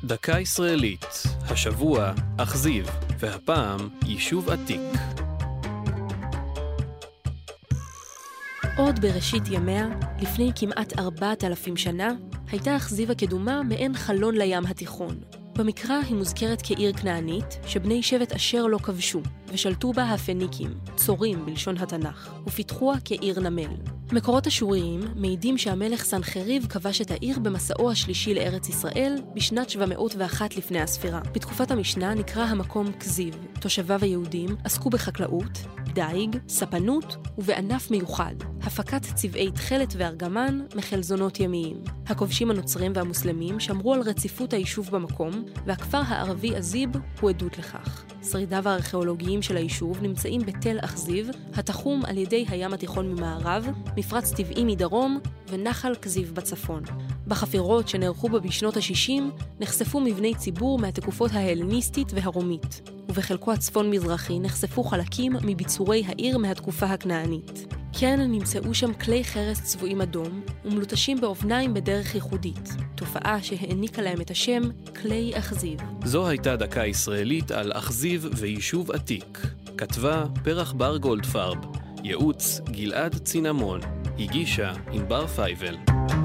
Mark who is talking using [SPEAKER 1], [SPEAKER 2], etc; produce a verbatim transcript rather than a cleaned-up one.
[SPEAKER 1] דקה ישראלית, השבוע אכזיב, והפעם יישוב עתיק.
[SPEAKER 2] עוד בראשית ימיה, לפני כמעט ארבעת אלפים שנה, הייתה אכזיב הקדומה מעין חלון לים התיכון. במקרא היא מוזכרת כעיר כנענית, שבני שבט אשר לא כבשו, ושלטו בה הפניקים, צורים בלשון התנ"ך, ופיתחוה כעיר נמל. מקורות אשוריים מעידים שהמלך סנחריב כבש את העיר במסעו השלישי לארץ ישראל בשנת שבע מאות ואחת לפני הספירה. בתקופת המשנה נקרא המקום כזיב. תושביו היהודים עסקו בחקלאות, דייג, ספנות ובענף מיוחד, הפקת צבעי תכלת וארגמן מחלזונות ימיים. הכובשים הנוצרים והמוסלמים שמרו על רציפות היישוב במקום, והכפר הערבי אזיב הוא עדות לכך. שרידיו הארכיאולוגיים של היישוב נמצאים בתל אכזיב, התחום על ידי הים התיכון ממערב, מפרץ טבעי מדרום ונחל כזיב בצפון. בחפירות שנערכו בה בשנות ה-שישים נחשפו מבני ציבור מהתקופות ההלניסטית והרומית, ובחלקו הצפון-מזרחי נחשפו חלקים מביצורי העיר מהתקופה הכנענית. כן נמצאו שם כלי חרס צבועים אדום ומלוטשים באופניים בדרך ייחודית, תופעה שהעניקה להם את השם כלי אכזיב.
[SPEAKER 1] זו הייתה דקה ישראלית על אכזיב ויישוב עתיק. כתבה פרח בר גולדפרב, ייעוץ גלעד צינמון, הגישה ענבר פייבל.